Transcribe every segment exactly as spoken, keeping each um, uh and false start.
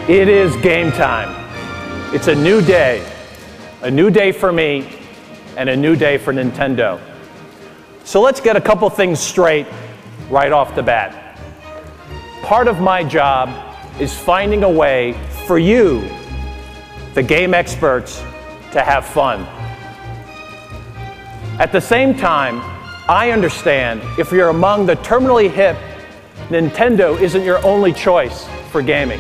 It is game time. It's a new day, a new day for me, and a new day for Nintendo. So let's get a couple things straight right off the bat. Part of my job is finding a way for you, the game experts, to have fun. At the same time, I understand if you're among the terminally hip, Nintendo isn't your only choice for gaming.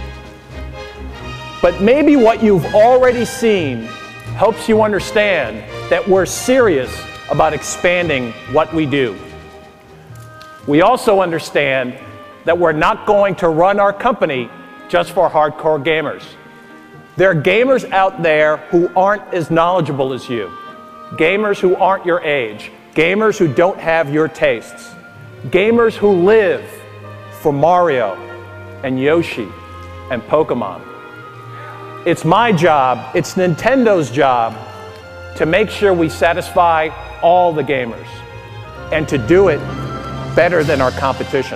But maybe what you've already seen helps you understand that we're serious about expanding what we do. We also understand that we're not going to run our company just for hardcore gamers. There are gamers out there who aren't as knowledgeable as you, gamers who aren't your age, gamers who don't have your tastes, gamers who live for Mario and Yoshi and Pokemon. It's my job, it's Nintendo's job, to make sure we satisfy all the gamers and to do it better than our competition.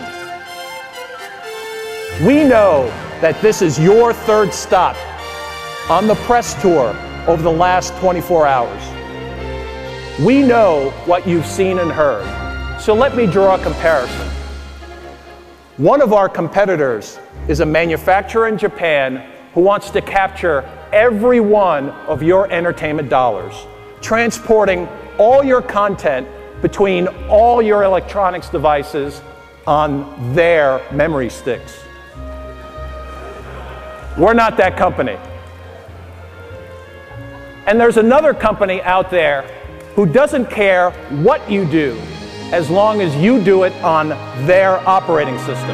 We know that this is your third stop on the press tour over the last twenty-four hours. We know what you've seen and heard, so let me draw a comparison. One of our competitors is a manufacturer in Japan who wants to capture every one of your entertainment dollars, transporting all your content between all your electronics devices on their memory sticks. We're not that company. And there's another company out there who doesn't care what you do as long as you do it on their operating system.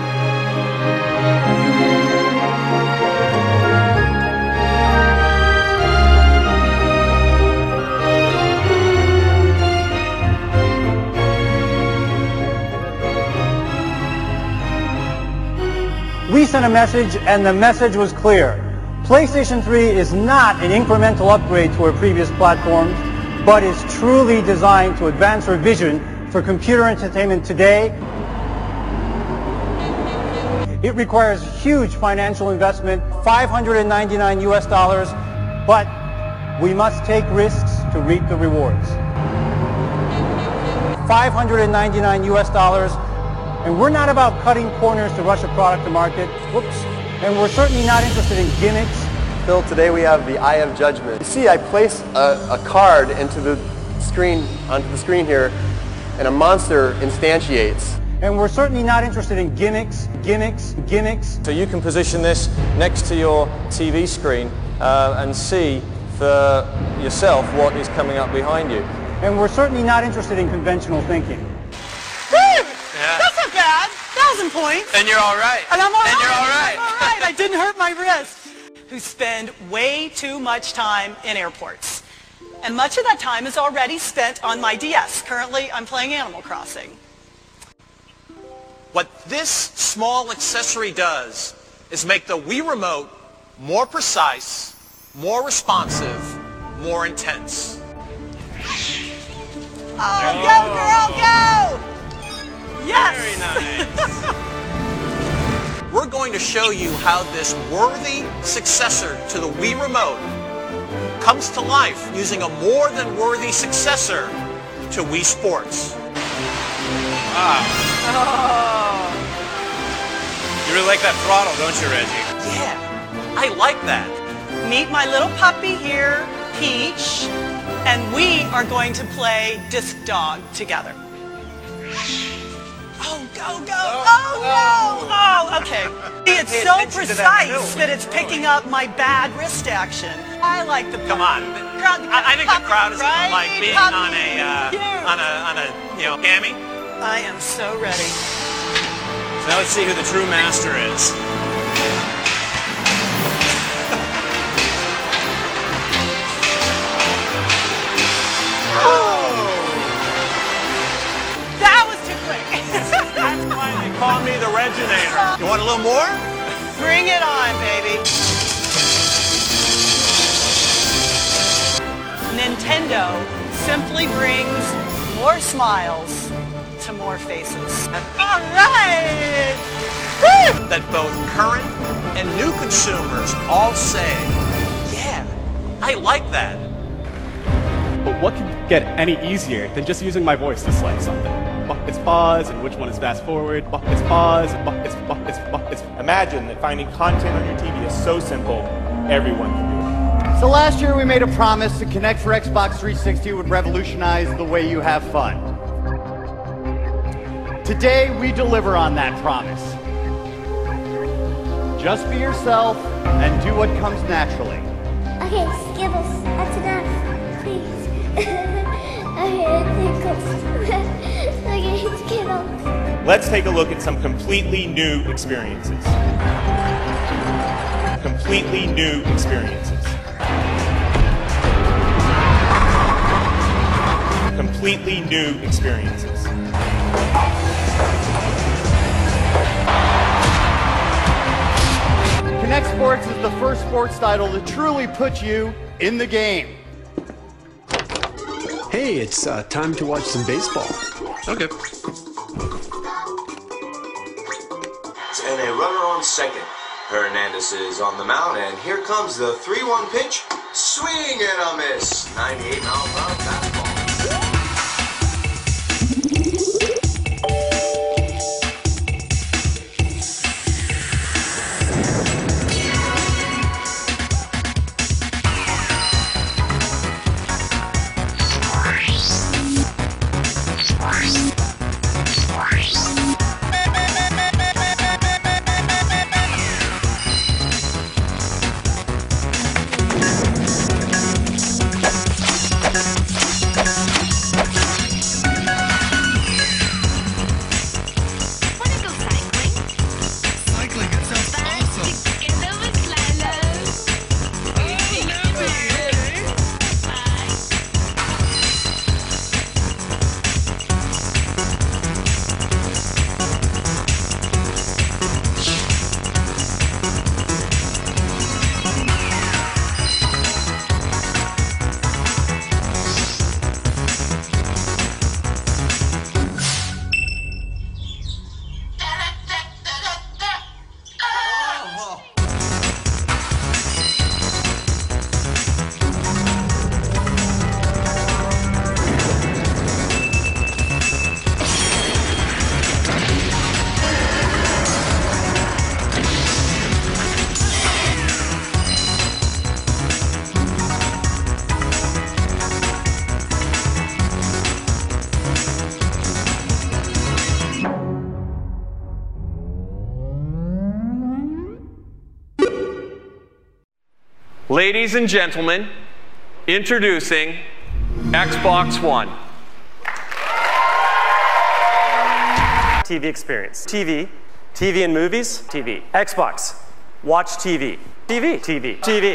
We sent a message, and the message was clear. PlayStation three is not an incremental upgrade to our previous platforms, but is truly designed to advance our vision for computer entertainment today. It requires huge financial investment, five hundred ninety-nine U S dollars, but we must take risks to reap the rewards. five hundred ninety-nine U S dollars. And we're not about cutting corners to rush a product to market. Whoops. And we're certainly not interested in gimmicks. Phil, today we have the Eye of Judgment. You see, I place a, a card into the screen, onto the screen here, and a monster instantiates. And we're certainly not interested in gimmicks, gimmicks, gimmicks. So you can position this next to your T V screen uh, and see for yourself what is coming up behind you. And we're certainly not interested in conventional thinking. Yeah. That's not bad. Thousand points. And you're all right. And I'm all and right. you're all right. I'm all right. I didn't hurt my wrist. Who spend way too much time in airports. And much of that time is already spent on my D S. Currently, I'm playing Animal Crossing. What this small accessory does is make the Wii Remote more precise, more responsive, more intense. Oh, go, girl, go! Yes! Very nice. We're going to show you how this worthy successor to the Wii Remote comes to life using a more than worthy successor to Wii Sports. Ah. Oh. You really like that throttle, don't you, Reggie? Yeah, I like that. Meet my little puppy here, Peach, and we are going to play Disc Dog together. Oh, go, go. Oh, no. Oh, okay. See, it's so precise that it's picking up my bad wrist action. I like the Come on. crowd. I, I think the crowd is going right? to like being Puppy. on a, uh, Cute. on a, on a, you know, gammy. I am so ready. So now let's see who the true master is. That was too quick. That's why they call me the Reginator. You want a little more? Bring it on, baby. Nintendo simply brings more smiles to more faces. All right! that both current and new consumers all say, yeah, I like that. But what could get any easier than just using my voice to select something? It's pause, and which one is fast forward? It's pause, it's it's it's. Imagine that finding content on your T V is so simple, everyone can do it. So last year we made a promise that Kinect for Xbox three sixty would revolutionize the way you have fun. Today we deliver on that promise. Just be yourself and do what comes naturally. Okay, Skittles, that's enough, please. Okay, Skittles. Okay, Skittles. Let's take a look at some completely new experiences. Completely new experiences. Completely new experiences. Kinect Sports is the first sports title to truly put you in the game. Hey, it's uh, time to watch some baseball. Okay. And a runner on second. Hernandez is on the mound, and here comes the three one pitch. Swing and a miss. ninety-eight mile per hour fastball. Ladies and gentlemen, introducing Xbox One. T V experience. T V. T V and movies. T V. Xbox. Watch T V. T V. T V. T V.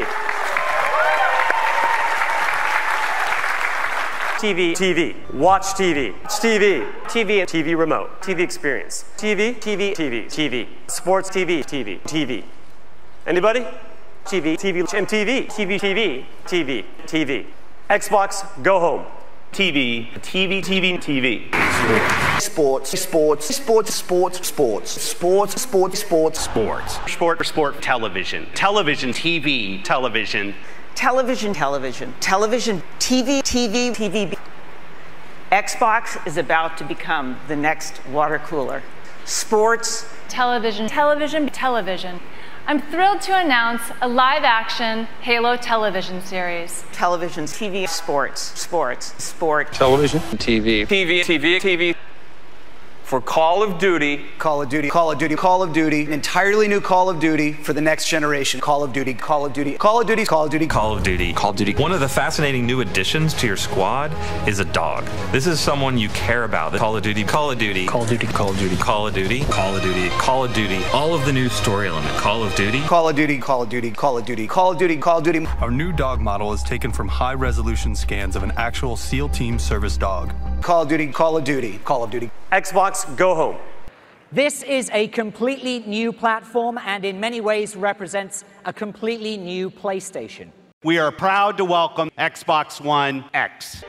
T V. T V. Watch T V. T V. T V and T V remote. T V experience. T V. T V. T V. T V. Sports T V. T V. T V. Anybody? T V. T V. And T V. T V. T V. T V. T V. Xbox. Go home. T V. T V. T V. T V. Sports, sports, sports, sports, sports, sports, sports, sports, sports, sport, sport, television, television, T V, television, television, television, television, T V, T V, T V. Xbox is about to become the next water cooler. Sports, television, television, television. I'm thrilled to announce a live-action Halo television series. Television, T V, sports, sports, sport. Television, T V, T V, T V, T V. For Call of Duty. Call of Duty, Call of Duty, Call of Duty. An entirely new Call of Duty for the next generation. Call of Duty, Call of Duty, Call of Duty, Call of Duty, Call of Duty, Call of Duty. One of the fascinating new additions to your squad is a dog. This is someone you care about. Call of Duty, Call of Duty, Call of Duty, Call of Duty, Call of Duty, Call of Duty, Call of Duty. All of the new story element. Call of Duty, Call of Duty, Call of Duty, Call of Duty, Call of Duty, Call of Duty. Our new dog model is taken from high-resolution scans of an actual SEAL Team service dog. Call of Duty, Call of Duty, Call of Duty. Xbox, go home. This is a completely new platform and in many ways represents a completely new PlayStation. We are proud to welcome Xbox One X.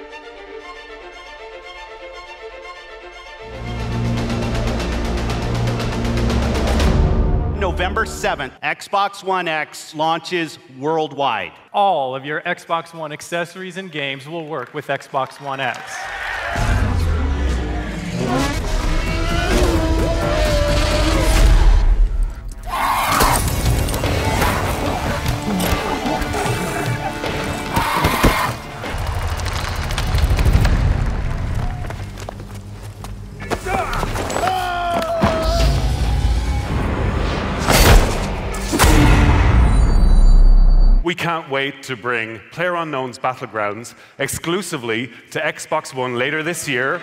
November seventh, Xbox One X launches worldwide. All of your Xbox One accessories and games will work with Xbox One X. We can't wait to bring PlayerUnknown's Battlegrounds exclusively to Xbox One later this year.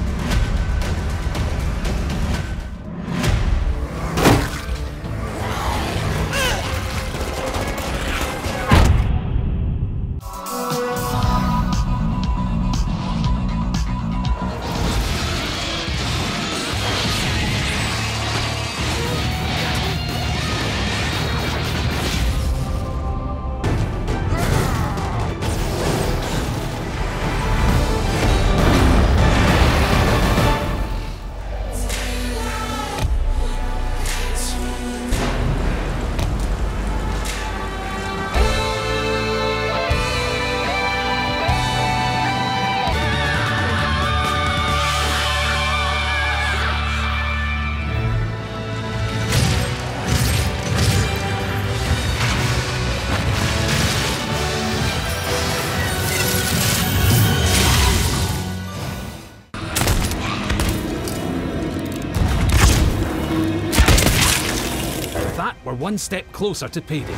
We're one step closer to payday.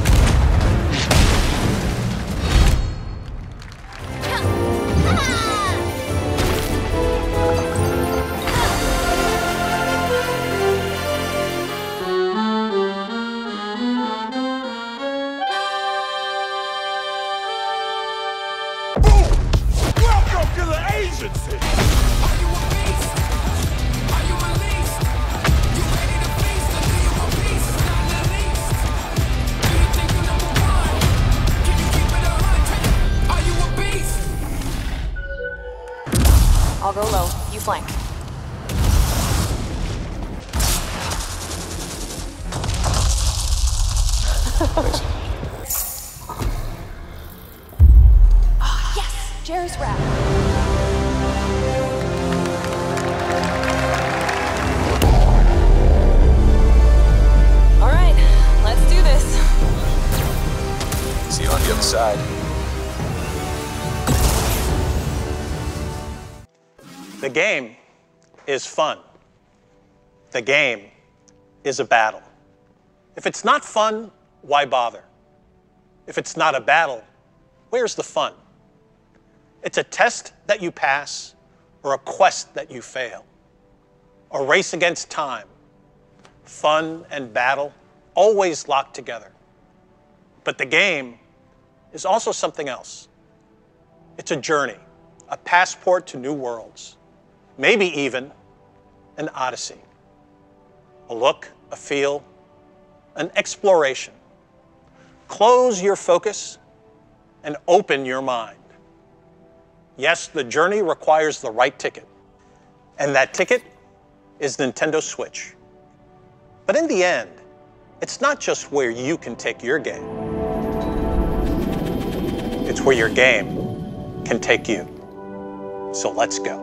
Welcome to the Asian city! I'll go low. You flank. Oh, yes! Jerry's wrap. All right, let's do this. See you on the other side. The game is fun. The game is a battle. If it's not fun, why bother? If it's not a battle, where's the fun? It's a test that you pass or a quest that you fail. A race against time. Fun and battle always locked together. But the game is also something else. It's a journey, a passport to new worlds. Maybe even an odyssey. A look, a feel, an exploration. Close your focus and open your mind. Yes, the journey requires the right ticket. And that ticket is Nintendo Switch. But in the end, it's not just where you can take your game. It's where your game can take you. So let's go.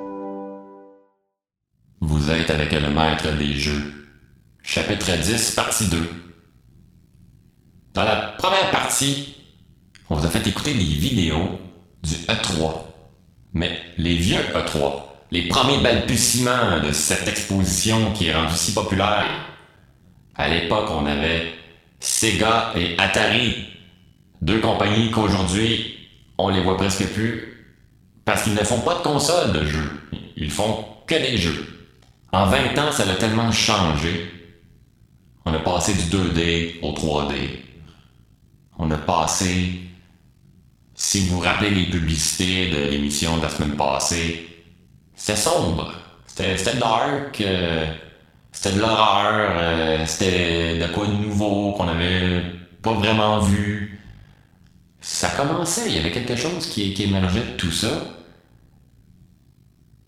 Vous êtes avec le maître des jeux. Chapitre dix, partie deux. Dans la première partie, on vous a fait écouter des vidéos du E trois. Mais les vieux E trois, les premiers balbutiements de cette exposition qui est rendue si populaire. À l'époque, on avait Sega et Atari, deux compagnies qu'aujourd'hui, on les voit presque plus parce qu'ils ne font pas de console de jeux. Ils font que des jeux. En vingt ans, ça a tellement changé. On a passé du deux D au trois D. On a passé, si vous vous rappelez les publicités de l'émission de la semaine passée, c'était sombre. C'était, c'était dark. Euh, c'était de l'horreur. Euh, c'était de quoi de nouveau qu'on n'avait pas vraiment vu. Ça commençait, il y avait quelque chose qui, qui émergeait de tout ça.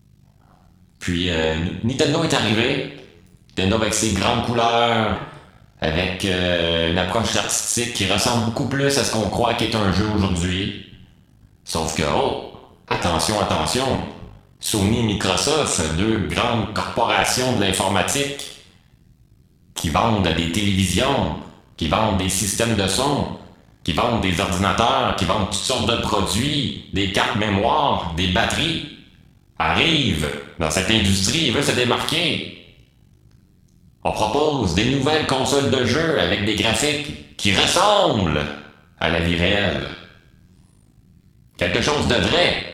Puis euh, Nintendo est arrivé. Nintendo avec ses grandes couleurs, avec euh, une approche artistique qui ressemble beaucoup plus à ce qu'on croit qu'est un jeu aujourd'hui. Sauf que, oh, attention, attention, Sony et Microsoft, deux grandes corporations de l'informatique qui vendent des télévisions, qui vendent des systèmes de son, qui vendent des ordinateurs, qui vendent toutes sortes de produits, des cartes mémoire, des batteries, arrivent dans cette industrie et veulent se démarquer. On propose des nouvelles consoles de jeux avec des graphiques qui ressemblent à la vie réelle. Quelque chose de vrai.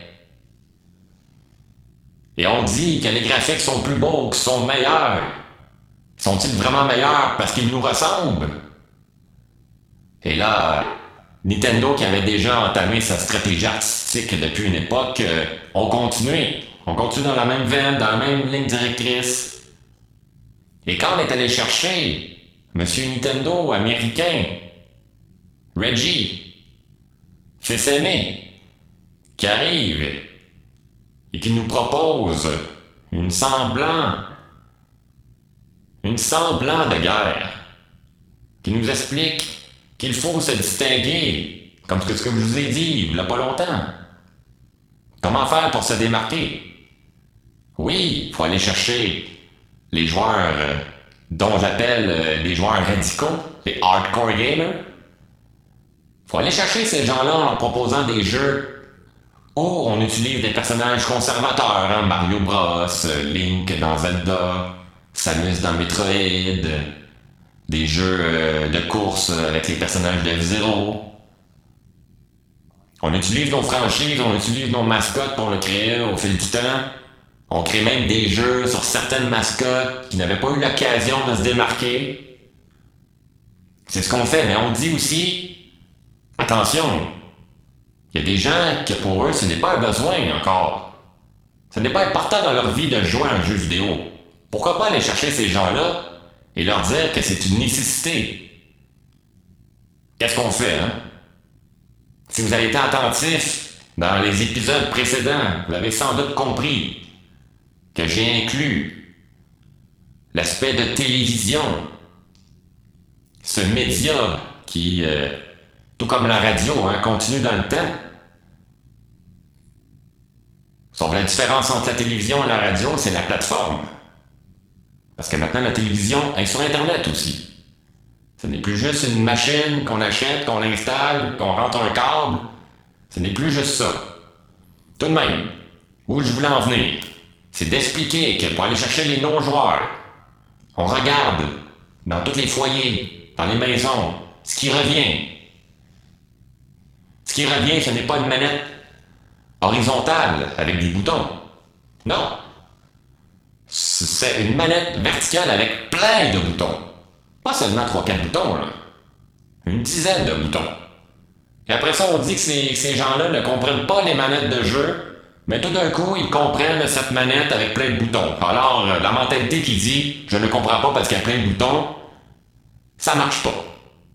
Et on dit que les graphiques sont plus beaux, qu'ils sont meilleurs. Sont-ils vraiment meilleurs parce qu'ils nous ressemblent? Et là, Nintendo, qui avait déjà entamé sa stratégie artistique depuis une époque, euh, ont continué. On continue dans la même veine, dans la même ligne directrice. Et quand on est allé chercher Monsieur Nintendo américain, Reggie, fils aimé, qui arrive et qui nous propose une semblant, une semblant de guerre, qui nous explique qu'il faut se distinguer, comme ce que je vous ai dit il n'y a pas longtemps. Comment faire pour se démarquer? Oui, il faut aller chercher les joueurs euh, dont j'appelle euh, les joueurs radicaux, les hardcore gamers. Il faut aller chercher ces gens-là en leur proposant des jeux où on utilise des personnages conservateurs, hein, Mario Bros, Link dans Zelda, Samus dans Metroid, des jeux euh, de course avec les personnages de F-Zero. On utilise nos franchises, on utilise nos mascottes pour le créer au fil du temps. On crée même des jeux sur certaines mascottes qui n'avaient pas eu l'occasion de se démarquer. C'est ce qu'on fait, mais on dit aussi, attention, il y a des gens que pour eux, ce n'est pas un besoin encore. Ce n'est pas important dans leur vie de jouer à un jeu vidéo. Pourquoi pas aller chercher ces gens-là et leur dire que c'est une nécessité? Qu'est-ce qu'on fait, hein? Si vous avez été attentif dans les épisodes précédents, vous avez sans doute compris que j'ai inclus l'aspect de télévision, ce média qui, euh, tout comme la radio, hein, continue dans le temps. Sauf la différence entre la télévision et la radio, c'est la plateforme. Parce que maintenant, la télévision est sur Internet aussi. Ce n'est plus juste une machine qu'on achète, qu'on installe, qu'on rentre un câble. Ce n'est plus juste ça. Tout de même, où je voulais en venir, c'est d'expliquer que pour aller chercher les non-joueurs, on regarde dans tous les foyers, dans les maisons, ce qui revient. Ce qui revient, ce n'est pas une manette horizontale avec des boutons. Non. C'est une manette verticale avec plein de boutons. Pas seulement trois quatre boutons, là. Une dizaine de boutons. Et après ça, on dit que ces, ces gens-là ne comprennent pas les manettes de jeu, mais tout d'un coup, ils comprennent cette manette avec plein de boutons. Alors, la mentalité qui dit « je ne comprends pas parce qu'il y a plein de boutons », ça marche pas.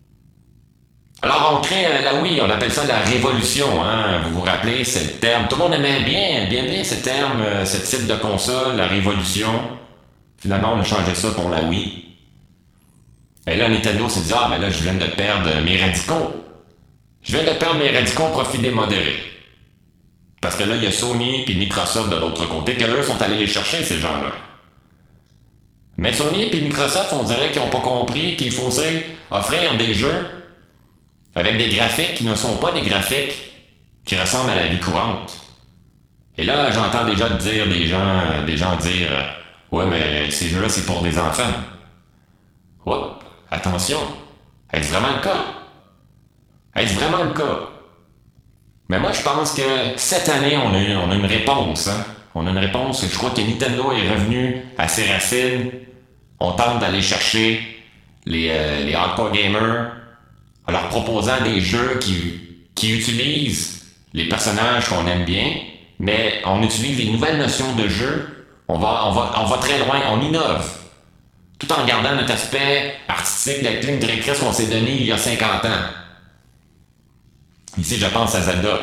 Alors, on crée euh, la Wii, on appelle ça la révolution, hein. Vous vous rappelez, c'est le terme. Tout le monde aimait bien, bien, bien ce terme, euh, ce type de console, la révolution. Finalement, on a changé ça pour la Wii. Et là, Nintendo s'est dit, ah, mais là, je viens de perdre mes radicaux. Je viens de perdre mes radicaux au profit des modérés. Parce que là, il y a Sony et Microsoft de l'autre côté, que eux sont allés les chercher, ces gens-là. Mais Sony et Microsoft, on dirait qu'ils n'ont pas compris qu'il faut offrir des jeux avec des graphiques qui ne sont pas des graphiques qui ressemblent à la vie courante. Et là, j'entends déjà dire des gens, des gens dire, ouais, mais ces jeux-là, c'est pour des enfants. Ouais. Attention, est-ce vraiment le cas? Est-ce vraiment le cas? Mais moi, je pense que cette année, on a, on a une réponse. Hein? On a une réponse. Je crois que Nintendo est revenu à ses racines. On tente d'aller chercher les, euh, les hardcore gamers en leur proposant des jeux qui, qui utilisent les personnages qu'on aime bien, mais on utilise les nouvelles notions de jeu. On va, on va, on va très loin, on innove. Tout en gardant notre aspect artistique, la ligne directrice qu'on s'est donnée il y a cinquante ans. Ici, je pense à Zelda.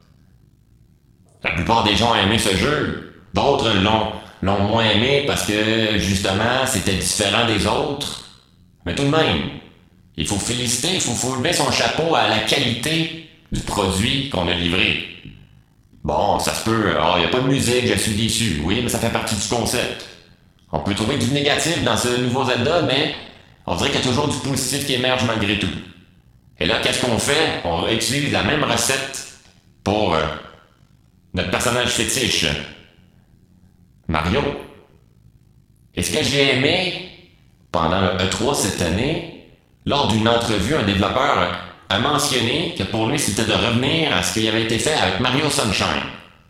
La plupart des gens ont aimé ce jeu. D'autres l'ont, l'ont moins aimé parce que, justement, c'était différent des autres. Mais tout de même, il faut féliciter, il faut, faut lever son chapeau à la qualité du produit qu'on a livré. Bon, ça se peut, oh, il n'y a pas de musique, je suis déçu. Oui, mais ça fait partie du concept. On peut trouver du négatif dans ce nouveau Zelda, mais on dirait qu'il y a toujours du positif qui émerge malgré tout. Et là, qu'est-ce qu'on fait? On utilise la même recette pour euh, notre personnage fétiche, Mario. Et ce que j'ai aimé pendant le E trois cette année, lors d'une entrevue, un développeur a mentionné que pour lui, c'était de revenir à ce qui avait été fait avec Mario Sunshine.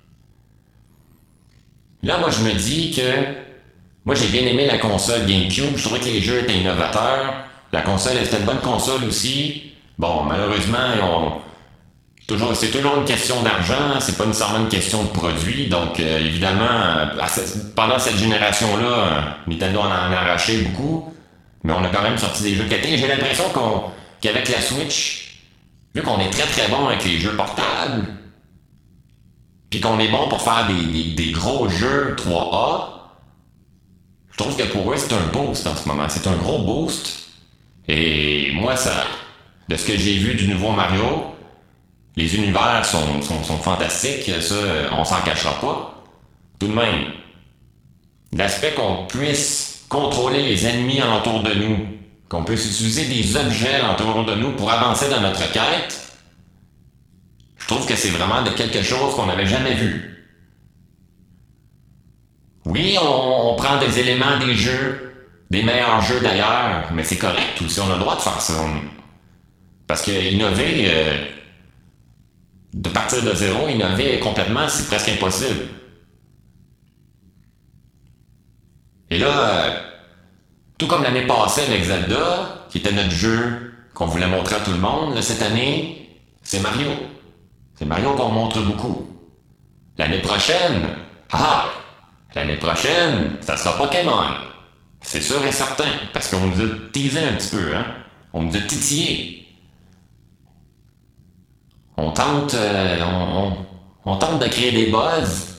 Là, moi, je me dis que moi, j'ai bien aimé la console GameCube. Je trouvais que les jeux étaient innovateurs. La console, c'était une bonne console aussi. Bon, malheureusement, on... toujours, c'est toujours une question d'argent. C'est pas nécessairement une question de produit. Donc, euh, évidemment, pendant cette génération-là, Nintendo en a arraché beaucoup. Mais on a quand même sorti des jeux de qualité. J'ai l'impression qu'on, qu'avec la Switch, vu qu'on est très très bon avec les jeux portables, puis qu'on est bon pour faire des, des, des gros jeux trois A, je trouve que pour eux, c'est un boost en ce moment. C'est un gros boost. Et moi, ça, de ce que j'ai vu du nouveau Mario, les univers sont, sont, sont fantastiques. Ça, on s'en cachera pas. Tout de même, l'aspect qu'on puisse contrôler les ennemis alentour de nous, qu'on puisse utiliser des objets alentour de nous pour avancer dans notre quête, je trouve que c'est vraiment de quelque chose qu'on n'avait jamais vu. Oui, on, on prend des éléments des jeux, des meilleurs jeux d'ailleurs, mais c'est correct aussi, on a le droit de faire ça. Parce que innover, euh, de partir de zéro, innover complètement, c'est presque impossible. Et là, euh, tout comme l'année passée avec Zelda, qui était notre jeu qu'on voulait montrer à tout le monde, là, cette année, c'est Mario. C'est Mario qu'on montre beaucoup. L'année prochaine, ah! L'année prochaine, ça sera Pokémon. C'est sûr et certain, parce qu'on nous a teasé un petit peu, hein. On nous a titillé. On tente, euh, on, on, on tente de créer des buzz.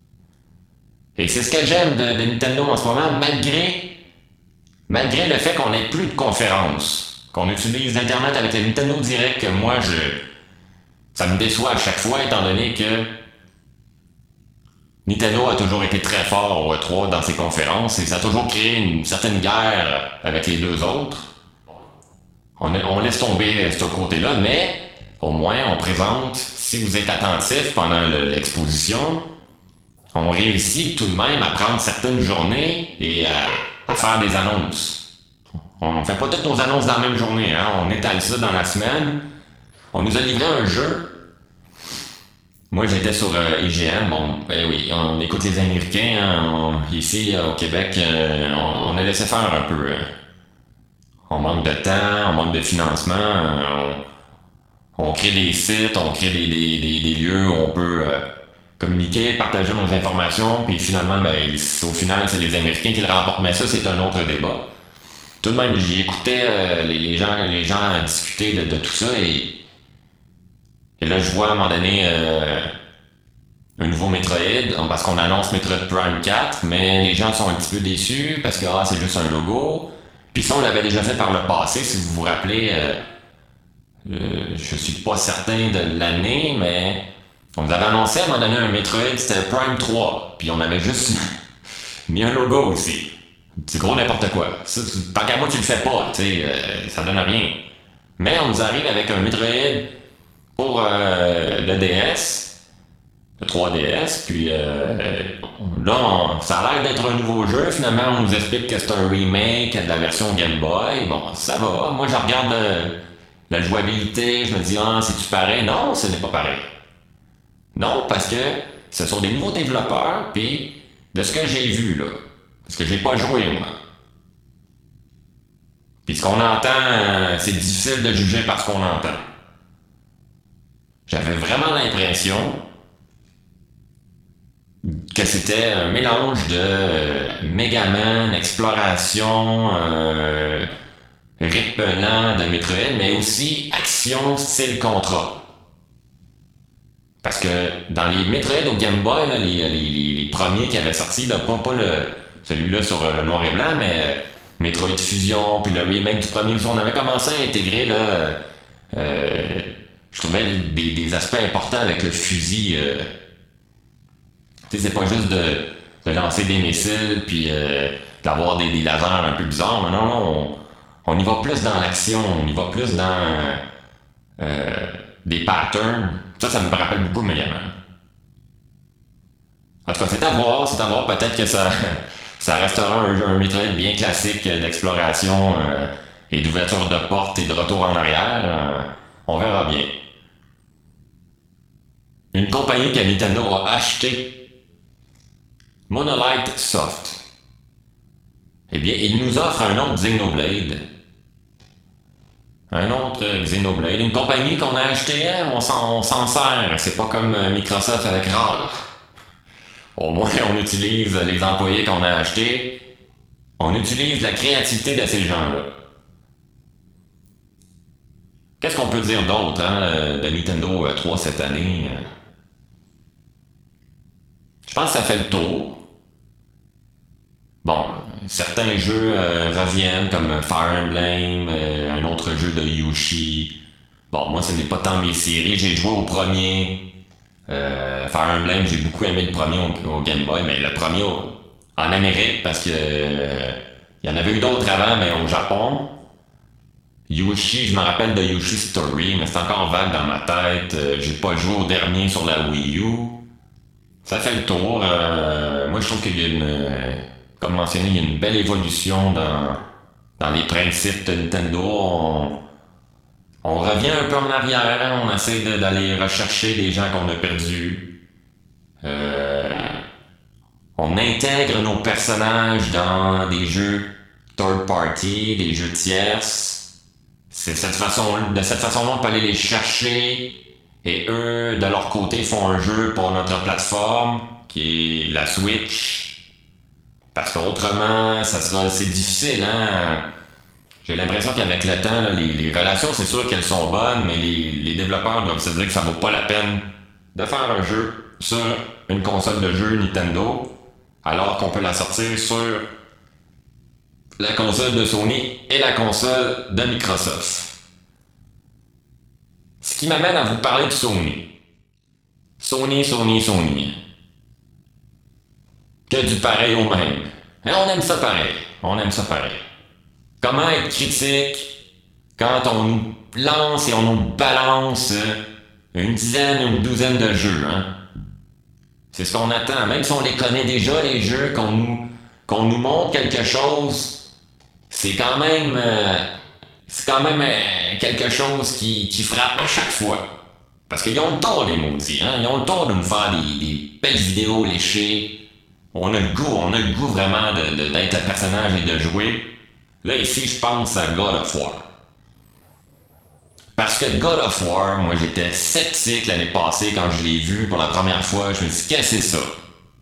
Et c'est ce que j'aime de, de Nintendo en ce moment, malgré, malgré le fait qu'on n'ait plus de conférences, qu'on utilise l'Internet avec le Nintendo Direct, que moi, je, ça me déçoit à chaque fois, étant donné que Nintendo a toujours été très fort au E trois dans ses conférences et ça a toujours créé une certaine guerre avec les deux autres. On, on laisse tomber ce côté-là, mais au moins on présente, si vous êtes attentif pendant le, l'exposition, on réussit tout de même à prendre certaines journées et à, à faire des annonces. On ne fait pas toutes nos annonces dans la même journée, hein? On étale ça dans la semaine. On nous a livré un jeu. Moi, j'étais sur euh, I G N. Bon, ben oui, on écoute les Américains. Hein, on, ici, euh, au Québec, euh, on, on a laissé faire un peu. Euh, on manque de temps, on manque de financement. Euh, on, on crée des sites, on crée des, des, des, des lieux où on peut euh, communiquer, partager nos informations. Puis finalement, ben, au final, c'est les Américains qui le remportent. Mais ça, c'est un autre débat. Tout de même, j'y écoutais euh, les, les, gens, les gens discuter de, de tout ça et... Et là, je vois à un moment donné euh, un nouveau Metroid, parce qu'on annonce Metroid Prime quatre, mais les gens sont un petit peu déçus parce que ah, c'est juste un logo. Puis ça, on l'avait déjà fait par le passé, si vous vous rappelez. Euh, euh, je suis pas certain de l'année, mais on nous avait annoncé à un moment donné un Metroid, c'était Prime trois. Puis on avait juste mis un logo aussi. C'est gros n'importe quoi. Ça, tant qu'à moi, tu le fais pas, tu sais, euh, ça donne rien. Mais on nous arrive avec un Metroid pour euh, le D S, le trois D S, puis euh, là, on, ça a l'air d'être un nouveau jeu. Finalement, on nous explique que c'est un remake de la version Game Boy. Bon, ça va. Moi, je regarde euh, la jouabilité, je me dis, ah, c'est-tu pareil? Non, ce n'est pas pareil. Non, parce que ce sont des nouveaux développeurs, puis de ce que j'ai vu, là, parce que j'ai pas joué, moi. Puis ce qu'on entend, euh, c'est difficile de juger par ce qu'on entend. J'avais vraiment l'impression que c'était un mélange de euh, Megaman, exploration, euh, rythme de Metroid, mais aussi action style Contra. Parce que dans les Metroid au Game Boy, là, les, les, les, les premiers qui avaient sorti, là, pas, pas le, celui-là sur le noir et blanc, mais Metroid Fusion, puis le remake du premier. On avait commencé à intégrer, là, euh, je trouvais des, des aspects importants avec le fusil. Euh, tu sais, c'est pas juste de, de lancer des missiles, puis euh, d'avoir des, des lasers un peu bizarres. Mais non, non, on, on y va plus dans l'action, on y va plus dans euh, des patterns. Ça, ça me rappelle beaucoup Mega Man. En tout cas, c'est à voir, c'est à voir. Peut-être que ça, ça restera un, un Metroid bien classique d'exploration euh, et d'ouverture de portes et de retour en arrière. Euh, on verra bien. Une compagnie que Nintendo a acheté, Monolith Soft. Eh bien, il nous offre un autre Xenoblade. Un autre Xenoblade. Une compagnie qu'on a achetée, hein, on s'en, on s'en sert. C'est pas comme Microsoft avec RAR. Au moins, on utilise les employés qu'on a achetés. On utilise la créativité de ces gens-là. Qu'est-ce qu'on peut dire d'autre, hein, de Nintendo trois cette année? Je pense que ça fait le tour. Bon, certains jeux euh, reviennent, comme Fire Emblem, euh, un autre jeu de Yoshi. Bon, moi, ce n'est pas tant mes séries. J'ai joué au premier... Euh, Fire Emblem, j'ai beaucoup aimé le premier au, au Game Boy, mais le premier au, en Amérique, parce que euh, il y en avait eu d'autres avant, mais au Japon. Yoshi, je me rappelle de Yoshi Story, mais c'est encore vague dans ma tête. Euh, j'ai pas joué au dernier sur la Wii U. Ça fait le tour. Euh, moi, je trouve qu'il y a une... Euh, comme mentionné, il y a une belle évolution dans, dans les principes de Nintendo. On, On revient un peu en arrière, hein? On essaie de, d'aller rechercher des gens qu'on a perdus. Euh, on intègre nos personnages dans des jeux third party, des jeux tierces. C'est cette façon, de cette façon-là, on peut aller les chercher et eux, de leur côté, font un jeu pour notre plateforme, qui est la Switch. Parce qu'autrement, ça sera assez difficile, hein? J'ai l'impression qu'avec le temps, là, les, les relations, c'est sûr qu'elles sont bonnes, mais les, les développeurs doivent se dire que ça vaut pas la peine de faire un jeu sur une console de jeu Nintendo, alors qu'on peut la sortir sur la console de Sony et la console de Microsoft. Ce qui m'amène à vous parler de Sony. Sony, Sony, Sony. Que du pareil au même. Et on aime ça pareil. On aime ça pareil. Comment être critique quand on nous lance et on nous balance une dizaine, une douzaine de jeux, hein? C'est ce qu'on attend. Même si on les connaît déjà, les jeux, qu'on nous, qu'on nous montre quelque chose, c'est quand même, euh, c'est quand même euh, quelque chose qui, qui frappe à chaque fois. Parce qu'ils ont le tort, les maudits, hein? Ils ont le tort de nous faire des, des belles vidéos léchées. On a le goût, on a le goût vraiment de, de, d'être un personnage et de jouer. Là, ici, je pense à God of War. Parce que God of War, moi, j'étais sceptique l'année passée quand je l'ai vu pour la première fois. Je me dis, qu'est-ce que c'est ça?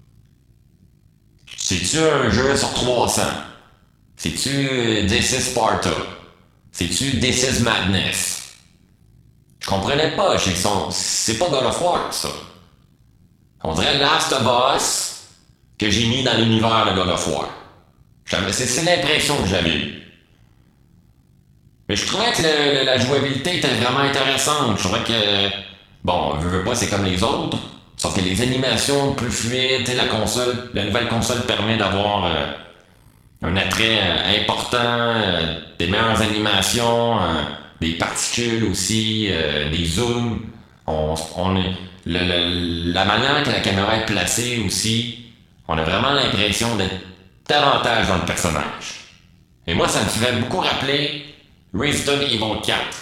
C'est-tu un jeu sur trois cents? C'est-tu This is Sparta? C'est-tu This is Madness? Je comprenais pas. J'ai son... C'est pas God of War, ça. On dirait Last of Us que j'ai mis dans l'univers de God of War. C'est, c'est l'impression que j'avais eue. Mais je trouvais que le, le, la jouabilité était vraiment intéressante. Je trouvais que, bon, veux, veux pas, c'est comme les autres. Sauf que les animations plus fluides, la console, la nouvelle console permet d'avoir euh, un attrait euh, important, euh, des meilleures animations, euh, des particules aussi, euh, des zooms. On, on, le, le, la manière que la caméra est placée aussi, on a vraiment l'impression d'être davantage dans le personnage. Et moi, ça me fait beaucoup rappeler Resident Evil quatre.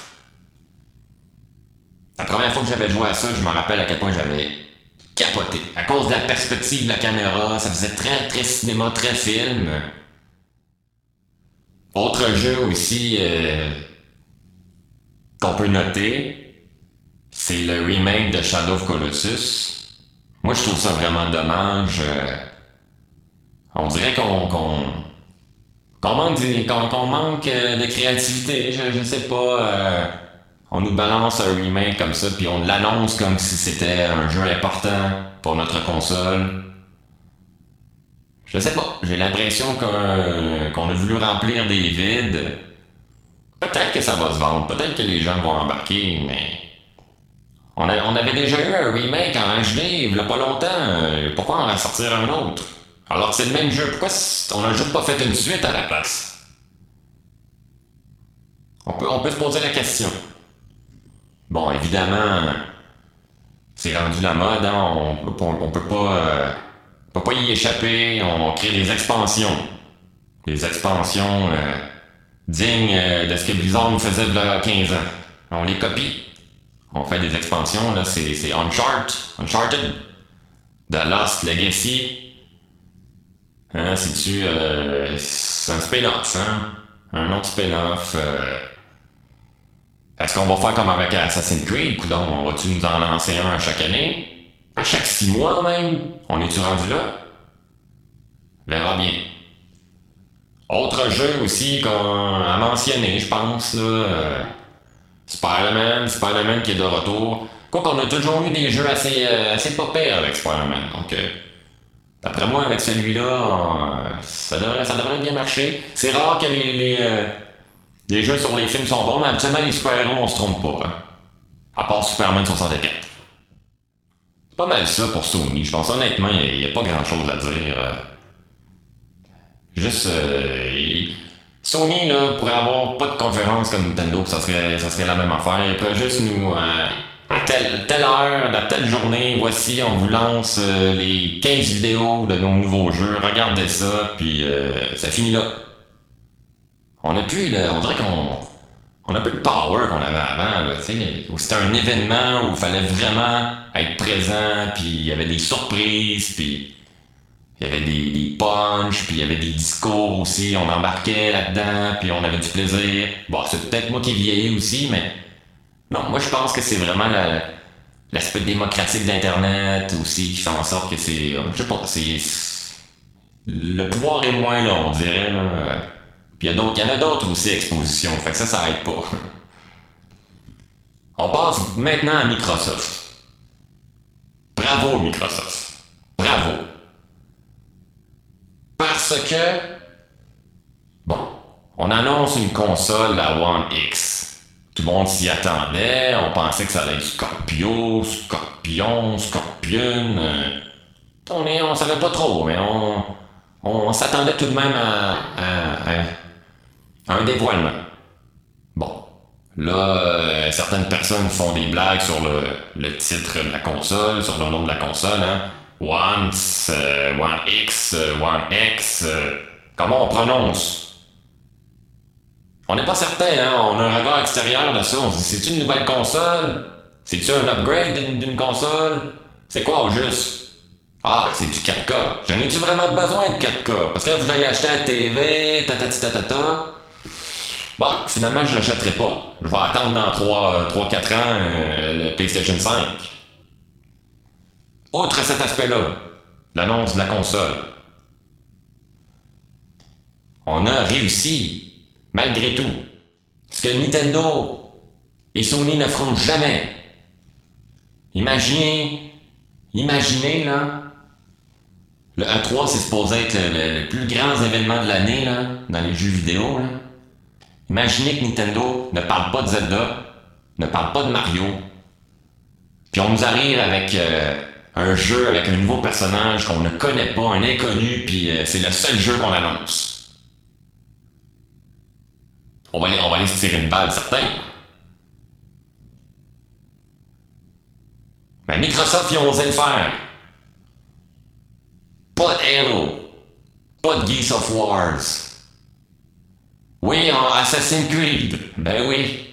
La première fois que j'avais joué à ça, je me rappelle à quel point j'avais capoté. À cause de la perspective de la caméra, ça faisait très, très cinéma, très film. Autre jeu aussi euh, qu'on peut noter, c'est le remake de Shadow of Colossus. Moi, je trouve ça vraiment dommage. Euh, On dirait qu'on, qu'on, qu'on manque, qu'on, qu'on manque de créativité, je, je sais pas. Euh, on nous balance un remake comme ça, puis on l'annonce comme si c'était un jeu important pour notre console. Je Je sais pas, j'ai l'impression qu'on, qu'on a voulu remplir des vides. Peut-être que ça va se vendre, peut-être que les gens vont embarquer, mais... On, a, on avait déjà eu un remake en H D il y a pas longtemps, pourquoi en sortir un autre? Alors que c'est le même jeu, pourquoi on a juste pas fait une suite à la place? On peut, on peut se poser la question. Bon, évidemment, c'est rendu la mode, hein, on, peut, on, on peut pas... Euh, on peut pas y échapper, on crée des expansions. Des expansions euh, dignes euh, de ce que Blizzard nous faisait il y a quinze ans. On les copie. On fait des expansions, là, c'est, c'est Uncharted, Uncharted, The Lost Legacy. Hein, c'est-tu... Euh, c'est un spin-off, hein? Un autre spin-off. Euh... Est-ce qu'on va faire comme avec Assassin's Creed? Coudonc, on va-tu nous en lancer un à chaque année? À chaque six mois même? On est-tu rendu là? Verra bien. Autre jeu aussi qu'on a mentionné, je pense, là... Euh... Spider-Man, Spider-Man qui est de retour. Quoi qu'on a toujours eu des jeux assez, euh, assez pas pires avec Spider-Man. Donc, euh, d'après moi, avec celui-là, euh, ça, devrait, ça devrait bien marcher. C'est rare que les, les, euh, les jeux sur les films sont bons, mais habituellement, les super-héros, on se trompe pas. Hein. À part Superman soixante-quatre. C'est pas mal ça pour Sony. Je pense honnêtement, il n'y a, a pas grand-chose à dire. Euh, juste... Euh, il, Sony, là, pourrait avoir pas de conférence comme Nintendo, ça serait, ça serait la même affaire. Il pourrait juste nous... Euh, à telle, telle heure, à telle journée, voici, on vous lance euh, les quinze vidéos de nos nouveaux jeux. Regardez ça, puis euh, ça finit là. On a plus, là, on dirait qu'on... On a plus le power qu'on avait avant, là, tu sais. Où c'était un événement où il fallait vraiment être présent, puis il y avait des surprises, puis... Il y avait des, des punchs, puis il y avait des discours aussi, on embarquait là-dedans, puis on avait du plaisir. Bon, c'est peut-être moi qui vieillis aussi, mais... Non, moi je pense que c'est vraiment la, l'aspect démocratique d'Internet aussi qui fait en sorte que c'est... Je sais pas, c'est... Le pouvoir est moins là, on dirait, là. Puis il y, y en a d'autres aussi, expositions, fait que ça, ça aide pas. On passe maintenant à Microsoft. Bravo, Microsoft. Bravo. Parce que, bon, on annonce une console, la One X. Tout le monde s'y attendait, on pensait que ça allait être Scorpio, Scorpion, Scorpion. Euh, on est, on savait pas trop, mais on, on s'attendait tout de même à, à, à, à un dévoilement. Bon, là, euh, certaines personnes font des blagues sur le, le titre de la console, sur le nom de la console, hein. One, euh, One X, euh, One X, euh, comment on prononce? On n'est pas certain, hein? On a un regard extérieur de ça. On se dit, c'est-tu une nouvelle console? C'est-tu un upgrade d'une, d'une console? C'est quoi au juste? Ah, c'est du quatre K. J'en ai-tu vraiment besoin de quatre K? Parce que là, vous allez acheter la T V, tatati tatata. Bon, finalement, je l'achèterai pas. Je vais attendre dans trois quatre ans euh, le PlayStation cinq. Outre cet aspect-là, l'annonce de la console, on a réussi, malgré tout, ce que Nintendo et Sony ne feront jamais. Imaginez, imaginez, là, le E trois, c'est supposé être le, le, le plus grand événement de l'année, là, dans les jeux vidéo, là. Imaginez que Nintendo ne parle pas de Zelda, ne parle pas de Mario, puis on nous arrive avec... Euh, un jeu avec un nouveau personnage qu'on ne connaît pas, un inconnu, puis euh, c'est le seul jeu qu'on annonce. On va aller, on va aller se tirer une balle, certain. Mais Microsoft, ils ont osé le faire. Pas de Halo. Pas de Gears of Wars. Oui, en Assassin's Creed. Ben oui.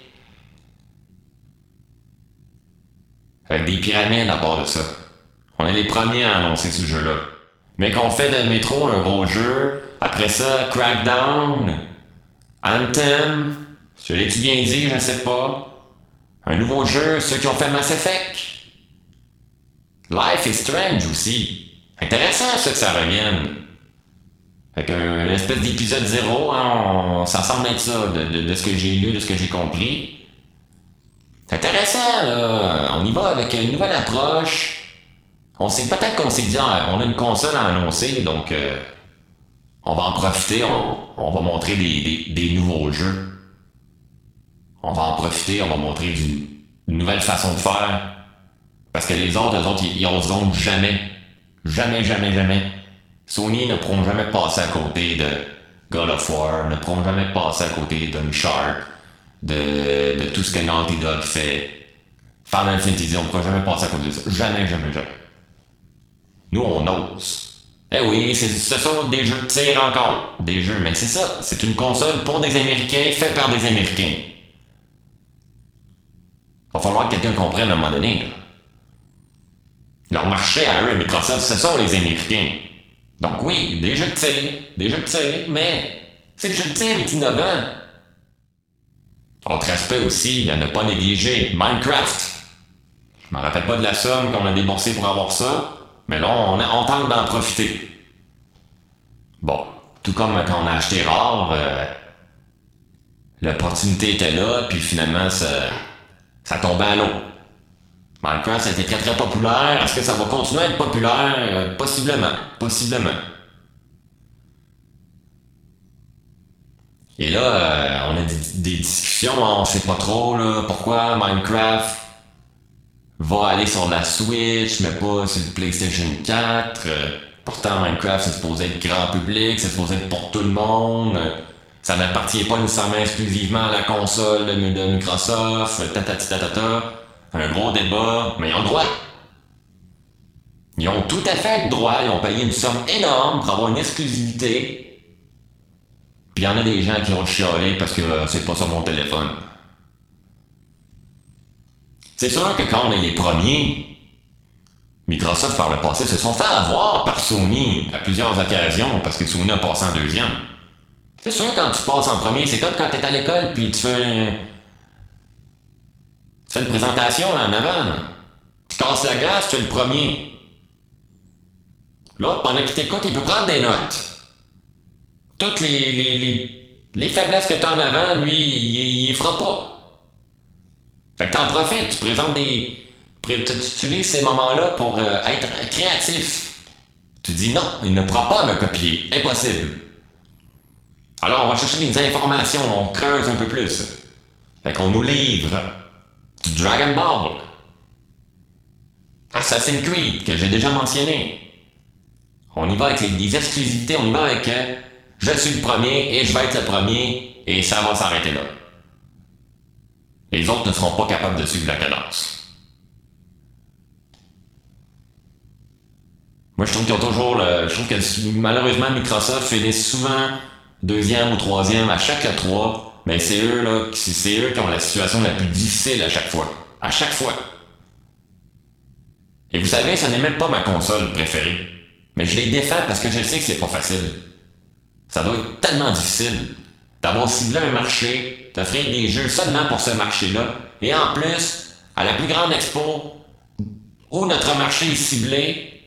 Avec des pyramides à bord de ça. On est les premiers à annoncer ce jeu-là. Mais qu'on fait de Metro un gros jeu, après ça, Crackdown, Anthem, je l'ai-tu bien dit, je ne sais pas. Un nouveau jeu, ceux qui ont fait Mass Effect. Life is Strange aussi. Intéressant ça que ça revienne. Fait qu'une espèce d'épisode zéro, hein, on, ça semble être ça, de, de, de ce que j'ai lu, de ce que j'ai compris. C'est intéressant, là. On y va avec une nouvelle approche. On sait peut-être qu'on s'est dit, ah, on a une console à annoncer, donc euh, On va en profiter, on, on va montrer des, des, des nouveaux jeux. On va en profiter, on va montrer du, une nouvelle façon de faire. Parce que les autres, eux autres, ils, ils oseront jamais. Jamais, jamais, jamais. Sony ne pourront jamais passer à côté de God of War, ne pourront jamais passer à côté d'Uncharted, de, de tout ce que Naughty Dog fait. Final Fantasy, on ne pourra jamais passer à côté de ça. Jamais, jamais, jamais. Nous, on ose. Eh oui, c'est, ce sont des jeux de tir encore. Des jeux, mais c'est ça. C'est une console pour des Américains, faite par des Américains. Va falloir que quelqu'un comprenne à un moment donné. Là. Leur marché à eux, Microsoft, ce sont les Américains. Donc oui, des jeux de tir, des jeux de tir, mais c'est le jeu de tir est innovant. Autre aspect aussi, à ne pas négliger, Minecraft. Je me rappelle pas de la somme qu'on a déboursée pour avoir ça, mais là, on, on tente d'en profiter. Bon, tout comme quand on a acheté Rare, euh, l'opportunité était là, puis finalement, ça, ça tombait à l'eau. Minecraft, ça a été très très populaire. Est-ce que ça va continuer à être populaire? Euh, possiblement. Possiblement. Et là, euh, on a des, des discussions, on sait pas trop là, pourquoi Minecraft va aller sur la Switch, mais pas sur le PlayStation quatre. Euh, pourtant, Minecraft, c'est supposé être grand public, c'est supposé être pour tout le monde. Euh, ça n'appartient pas nécessairement exclusivement à la console de, de Microsoft, tatati tatata. Un gros débat, mais ils ont le droit. Ils ont tout à fait le droit, ils ont payé une somme énorme pour avoir une exclusivité. Puis il y en a des gens qui ont chialé parce que euh, c'est pas sur mon téléphone. C'est sûr que quand on est les premiers, Microsoft par le passé se sont fait avoir par Sony à plusieurs occasions parce que Sony a passé en deuxième. C'est sûr quand tu passes en premier, c'est comme quand t'es à l'école puis tu fais un... Tu fais une présentation là, en avant. Là. Tu casses la glace, tu es le premier. L'autre, pendant qu'il t'écoute, il peut prendre des notes. Toutes les, les, les, les faiblesses que tu as en avant, lui, il ne fera pas. Fait que t'en profites, tu présentes des... Tu utilises ces moments-là pour euh, être créatif. Tu dis non, il ne pourra pas me copier. Impossible. Alors, on va chercher des informations, on creuse un peu plus. Fait qu'on nous livre du Dragon Ball, Assassin's Creed, que j'ai déjà mentionné. On y va avec les, les exclusivités, on y va avec euh, je suis le premier et je vais être le premier et ça va s'arrêter là. Les autres ne seront pas capables de suivre la cadence. Moi, je trouve qu'ils ont toujours le, je trouve que malheureusement Microsoft finit souvent deuxième ou troisième à chaque E trois. Mais c'est eux, là, c'est eux qui ont la situation la plus difficile à chaque fois. À chaque fois. Et vous savez, ça n'est même pas ma console préférée. Mais je les défends parce que je sais que c'est pas facile. Ça doit être tellement difficile d'avoir ciblé un marché, d'offrir des jeux seulement pour ce marché-là. Et en plus, à la plus grande expo, où notre marché est ciblé,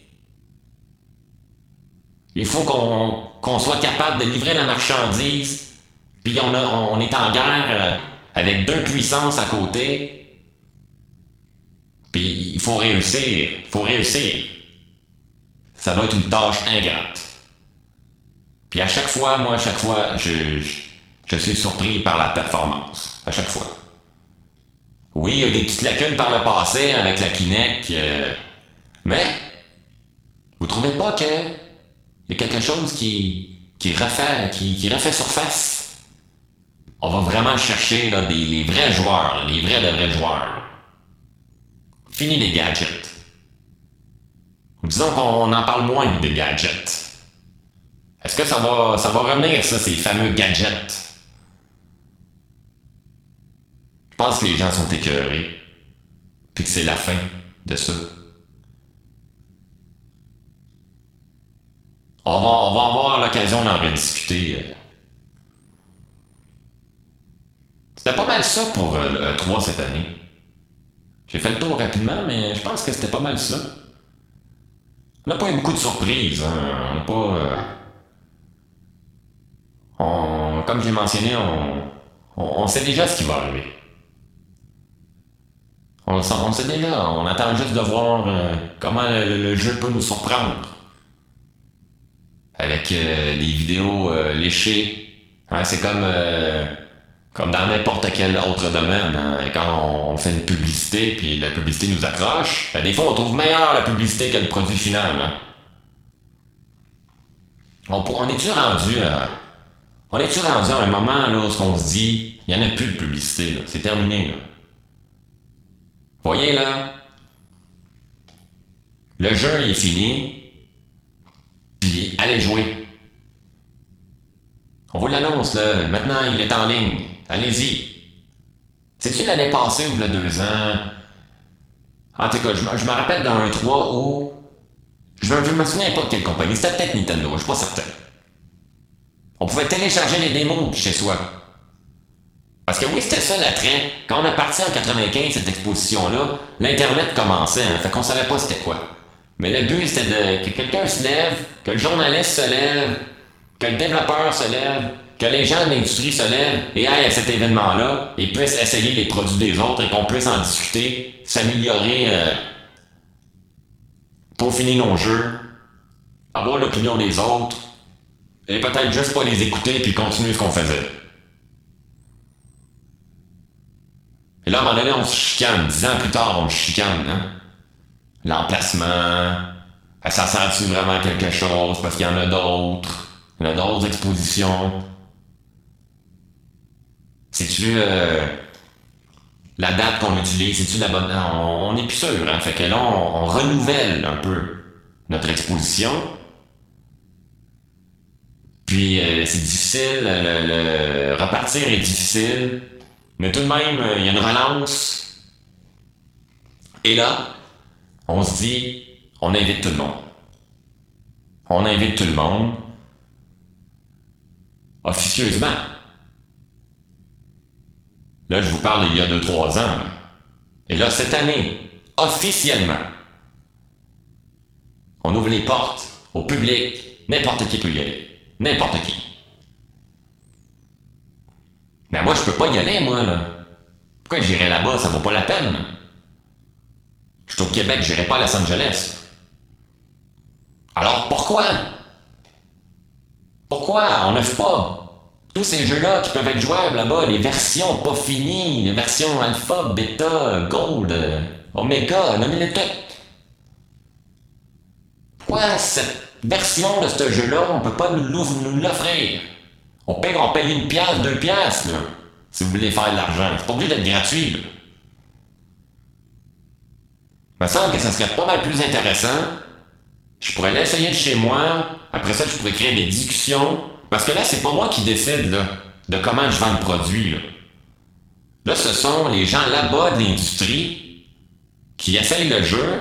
il faut qu'on qu'on soit capable de livrer la marchandise. Puis on, a, on est en guerre euh, avec deux puissances à côté. Puis il faut réussir. Il faut réussir. Ça doit être une tâche ingrate. Puis à chaque fois, moi, à chaque fois, je, je, je suis surpris par la performance. À chaque fois. Oui, il y a des petites lacunes par le passé avec la Kinect. Euh, mais, vous trouvez pas que il y a quelque chose qui, qui refait, qui, qui refait surface? On va vraiment chercher là, des, les vrais joueurs, les vrais de vrais joueurs. Fini les gadgets. Disons qu'on en parle moins des gadgets. Est-ce que ça va, ça va revenir, ça, ces fameux gadgets? Je pense que les gens sont écœurés. Puis que c'est la fin de ça. On va, on va avoir l'occasion d'en rediscuter. C'était pas mal ça pour euh, le E trois cette année. J'ai fait le tour rapidement, mais je pense que c'était pas mal ça. On n'a pas eu beaucoup de surprises. Hein. On n'a pas... Euh... On... Comme j'ai mentionné, on... on... on sait déjà ce qui va arriver. On, on sait déjà, on attend juste de voir euh, comment le, le jeu peut nous surprendre. avec euh, les vidéos euh, léchées. Hein, c'est comme, euh, comme dans n'importe quel autre domaine. Hein. Quand on, on fait une publicité, puis la publicité nous accroche, ben, des fois on trouve meilleure la publicité que le produit final. Hein. On, on est-tu rendu à... On est-tu rendu à un moment là, où on se dit, il n'y en a plus de publicité, là. C'est terminé. Là. Voyez là, le jeu il est fini, puis allez jouer. On vous l'annonce là, maintenant il est en ligne, allez-y. C'est-tu l'année passée ou il y a deux ans? En tout cas, je, je me rappelle dans un trois où, je, je me souviens pas de quelle compagnie, c'était peut-être Nintendo, je suis pas certain. On pouvait télécharger les démos chez soi. Parce que oui, c'était ça l'attrait. Quand on a parti en quatre-vingt-quinze, cette exposition-là, l'Internet commençait, hein, fait qu'on savait pas c'était quoi. Mais le but, c'était de, que quelqu'un se lève, que le journaliste se lève, que le développeur se lève, que les gens de l'industrie se lèvent et aillent à cet événement-là et puissent essayer les produits des autres et qu'on puisse en discuter, s'améliorer, euh, peaufiner nos jeux, avoir l'opinion des autres, et peut-être juste pas les écouter puis continuer ce qu'on faisait. Et là, à un moment donné, on se chicane. Dix ans plus tard, on se chicane, hein? L'emplacement, ça sert-tu vraiment quelque chose? Parce qu'il y en a d'autres. Il y en a d'autres expositions. C'est-tu euh, la date qu'on utilise? C'est-tu la bonne... On, on est plus sûr, hein? Fait que là, on, on renouvelle un peu notre exposition. Puis euh, c'est difficile, le, le repartir est difficile, mais tout de même, il y a une relance. Et là, on se dit, on invite tout le monde. On invite tout le monde, officieusement. Là, je vous parle il y a deux trois ans. Et là, cette année, officiellement, on ouvre les portes au public, n'importe qui peut y aller. N'importe qui. Mais moi, je peux pas y aller, moi, là. Pourquoi j'irais là-bas? Ça vaut pas la peine. Je suis au Québec, j'irai pas à Los Angeles. Alors, pourquoi? Pourquoi on n'offre pas tous ces jeux-là qui peuvent être jouables là-bas, les versions pas finies, les versions alpha, bêta, gold, oméga, nommez-les toutes. Pourquoi cette version de ce jeu-là, on peut pas nous l'offrir? On paye, on paye une pièce, deux pièces, là, si vous voulez faire de l'argent. C'est pas obligé d'être gratuit, là. Il me semble que ça serait pas mal plus intéressant. Je pourrais l'essayer de chez moi. Après ça, je pourrais créer des discussions. Parce que là, c'est pas moi qui décide, là, de comment je vends le produit, là. Là, ce sont les gens là-bas de l'industrie qui essayent le jeu.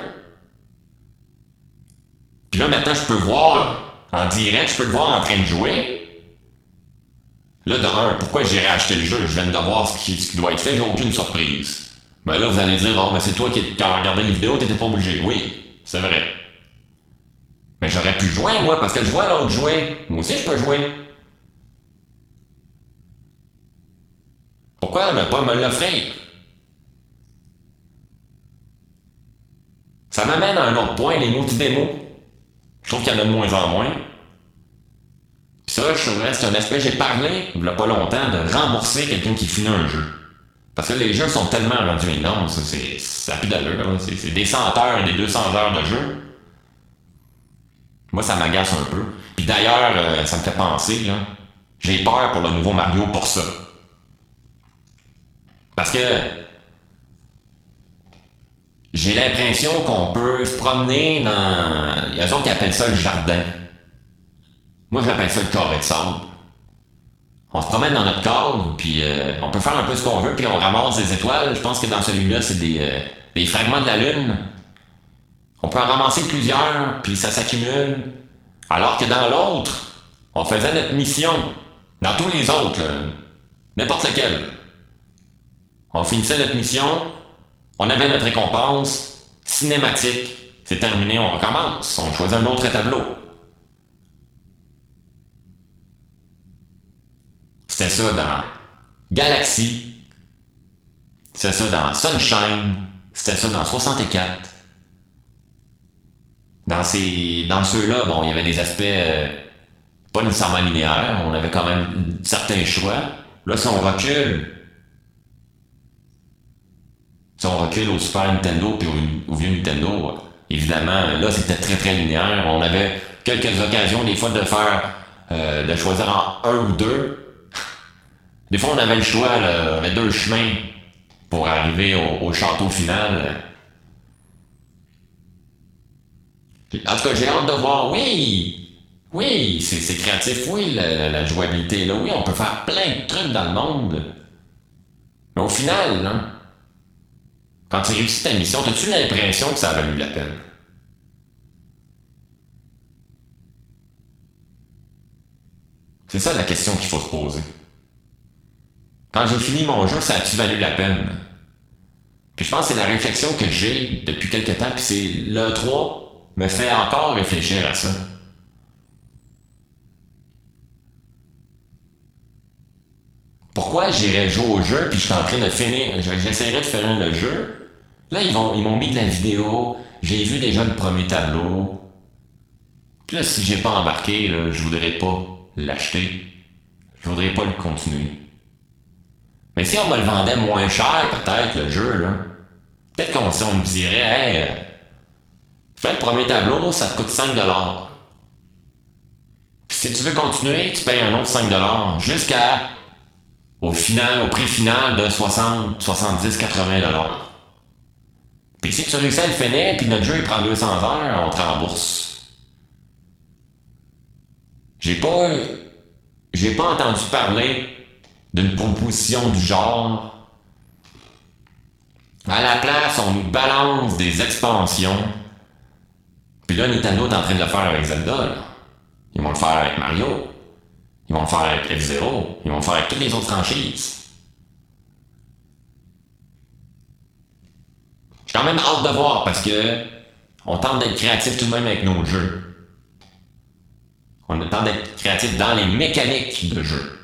Puis là, maintenant, je peux voir en direct, je peux le voir en train de jouer. Là, de un, pourquoi j'irais acheter le jeu? Je viens de voir ce qui, ce qui doit être fait, j'ai aucune surprise. Ben là, vous allez dire, oh, ben c'est toi qui as regardé les vidéos, t'étais pas obligé. Oui, c'est vrai. Mais j'aurais pu jouer, moi, parce que je vois l'autre jouer. Moi aussi, je peux jouer. Pourquoi ne pas me l'offrir? Ça m'amène à un autre point, les multi-démos. Je trouve qu'il y en a de moins en moins. Puis ça, je trouverais, c'est un aspect, j'ai parlé, il n'y a pas longtemps, de rembourser quelqu'un qui finit un jeu. Parce que les jeux sont tellement rendus énormes, ça, c'est, ça n'a plus d'allure, c'est, c'est des cent heures et des deux cents heures de jeu. Moi, ça m'agace un peu. Puis d'ailleurs, euh, ça me fait penser, là, j'ai peur pour le nouveau Mario pour ça. Parce que j'ai l'impression qu'on peut se promener dans... Il y a des autres qui appellent ça le jardin. Moi, j'appelle ça le carré de sable. On se promène dans notre cadre, puis euh, on peut faire un peu ce qu'on veut, puis on ramasse des étoiles. Je pense que dans celui-là, c'est des, euh, des fragments de la Lune. On peut en ramasser plusieurs, puis ça s'accumule. Alors que dans l'autre, on faisait notre mission. Dans tous les autres, là, n'importe lequel. On finissait notre mission, on avait notre récompense, cinématique, c'est terminé, on recommence, on choisit un autre tableau. C'était ça dans Galaxy, c'était ça dans Sunshine, c'était ça dans soixante-quatre. Dans ces, dans ceux-là, bon, il y avait des aspects euh, pas nécessairement linéaire, on avait quand même certains choix. Là, si on recule, si on recule au Super Nintendo puis au, au vieux Nintendo, évidemment, là, c'était très très linéaire. On avait quelques occasions, des fois, de faire, euh, de choisir en un ou deux. Des fois, on avait le choix, là, on avait deux chemins pour arriver au, au château final. En tout cas, j'ai hâte de voir, oui! Oui, c'est, c'est créatif, oui, la, la, la jouabilité, là, oui, on peut faire plein de trucs dans le monde. Mais au final, hein, quand tu réussis ta mission, as-tu l'impression que ça a valu la peine? C'est ça la question qu'il faut se poser. Quand j'ai fini mon jeu, ça a-tu valu la peine? Puis je pense que c'est la réflexion que j'ai depuis quelque temps, puis c'est l'E trois me fait encore réfléchir à ça. Pourquoi j'irais jouer au jeu puis je suis en train de finir, j'essaierais de finir le jeu. Là, ils, vont, ils m'ont mis de la vidéo, j'ai vu déjà le premier tableau. Puis là, si j'ai pas embarqué, là, je voudrais pas l'acheter. Je voudrais pas le continuer. Mais si on me le vendait moins cher, peut-être, le jeu, là, peut-être qu'on on me dirait, hey, fais le premier tableau, ça te coûte cinq dollars. Puis si tu veux continuer, tu payes un autre cinq dollars jusqu'à au final, au prix final de soixante, soixante-dix, quatre-vingts dollars. Puis si tu réussis à le finir, puis notre jeu il prend deux cents heures, on te rembourse. J'ai pas... J'ai pas entendu parler d'une proposition du genre. À la place, on nous balance des expansions. Puis là, Nintendo est en train de le faire avec Zelda, là. Ils vont le faire avec Mario. Ils vont le faire avec F-Zero. Ils vont le faire avec toutes les autres franchises. J'ai quand même hâte de voir parce que on tente d'être créatif tout de même avec nos jeux. On tente d'être créatif dans les mécaniques de jeu.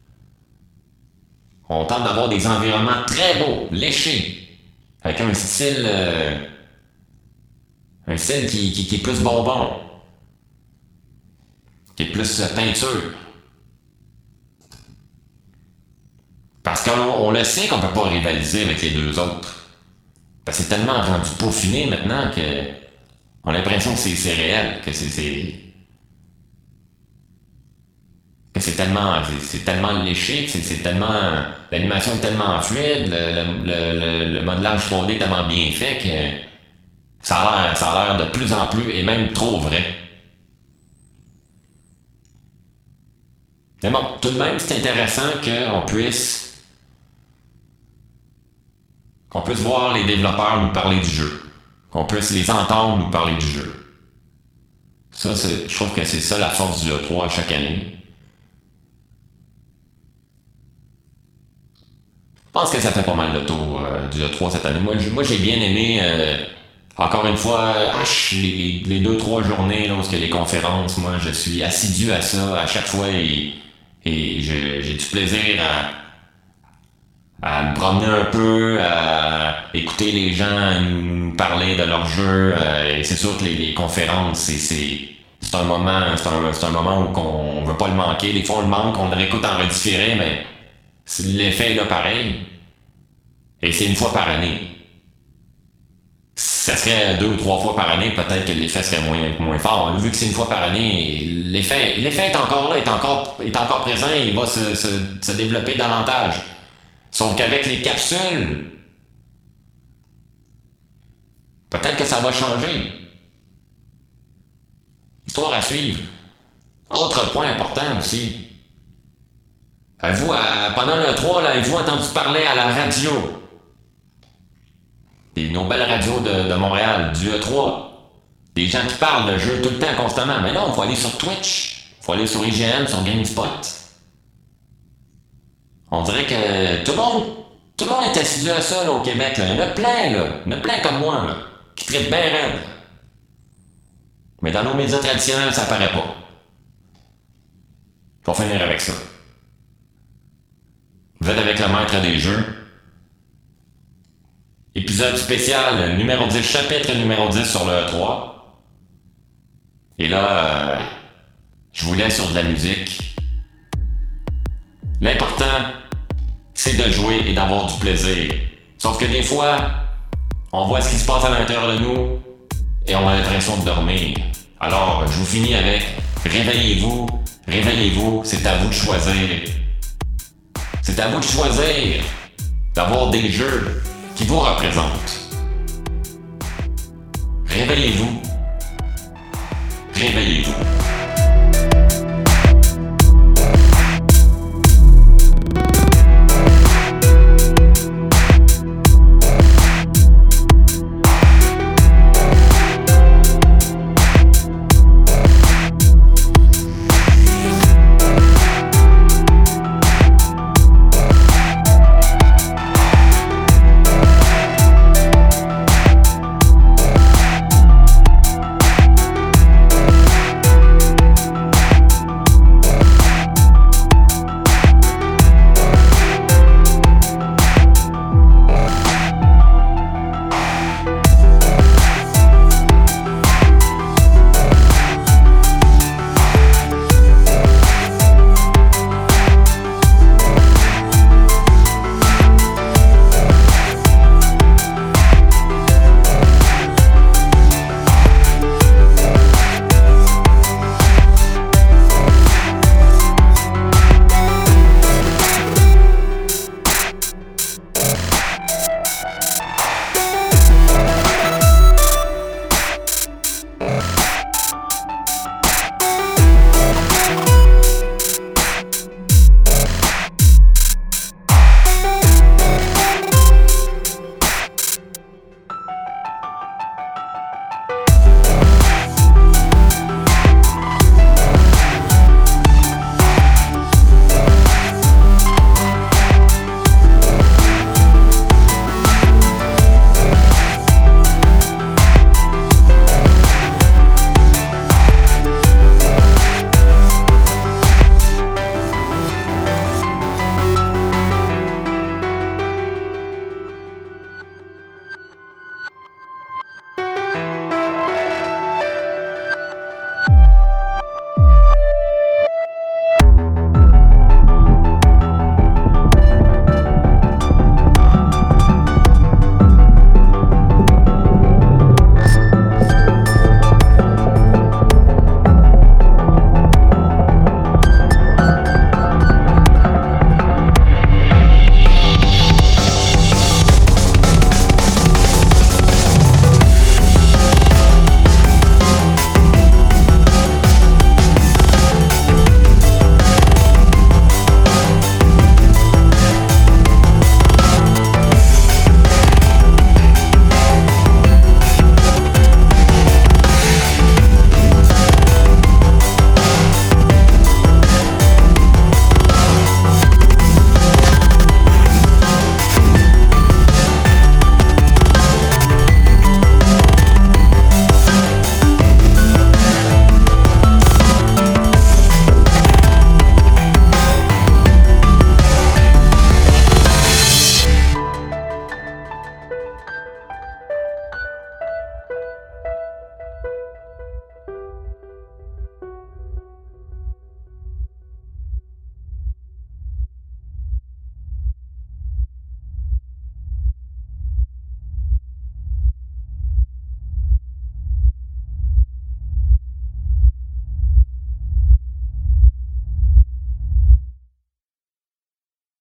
On tente d'avoir des environnements très beaux, léchés, avec un style... Euh, un style qui, qui, qui est plus bonbon, qui est plus euh, peinture. Parce qu'on on le sait qu'on peut pas rivaliser avec les deux autres. Parce que c'est tellement rendu peaufiné maintenant que on a l'impression que c'est, c'est réel, que c'est, c'est que c'est tellement c'est, c'est tellement léché, que c'est, c'est tellement l'animation est tellement fluide, le, le, le, le modelage trois D est tellement bien fait que ça a l'air, ça a l'air de plus en plus et même trop vrai. Mais bon, tout de même, c'est intéressant qu'on puisse qu'on puisse voir les développeurs nous parler du jeu. Qu'on puisse les entendre nous parler du jeu. Ça, c'est, je trouve que c'est ça la force du E trois à chaque année. Je pense que ça fait pas mal le tour euh, du E trois cette année. Moi, moi j'ai bien aimé, euh, encore une fois, ach, les, les deux, trois journées, là, où il y a les conférences, moi, je suis assidu à ça à chaque fois et, et je, j'ai du plaisir à à me promener un peu, à écouter les gens nous parler de leur jeu. Euh, et c'est sûr que les, les conférences, c'est, c'est, c'est un moment, c'est un, c'est un moment où on veut pas le manquer. Des fois, on le manque, on le réécoute en redifféré, mais c'est, l'effet est là pareil. Et c'est une fois par année. Ça serait deux ou trois fois par année, peut-être que l'effet serait moins, moins fort. Vu que c'est une fois par année, l'effet, l'effet est encore là, est encore, est encore présent et il va se, se, se développer davantage. Sauf qu'avec les capsules, peut-être que ça va changer. Histoire à suivre. Autre point important aussi. Avez-vous, à, pendant le E trois, là, avez-vous entendu parler à la radio? Des nouvelles radios de, de Montréal, du E trois. Des gens qui parlent de jeu tout le temps, constamment. Mais là, il faut aller sur Twitch. Il faut aller sur I G N, sur GameSpot. On dirait que tout le monde, tout le monde est assidu à ça là, au Québec. Là. Il y en a plein, là. Il y en a plein comme moi, là, qui traitent bien raide. Mais dans nos médias traditionnels, ça paraît pas. Faut finir avec ça. Vous êtes avec le maître des jeux. Épisode spécial numéro dix, chapitre numéro dix sur le E trois. Et là, euh, Je voulais sur de la musique. L'important, c'est de jouer et d'avoir du plaisir. Sauf que des fois, on voit ce qui se passe à l'intérieur de nous et on a l'impression de dormir. Alors, je vous finis avec réveillez-vous, réveillez-vous, c'est à vous de choisir. C'est à vous de choisir d'avoir des jeux qui vous représentent. Réveillez-vous, réveillez-vous. Yeah.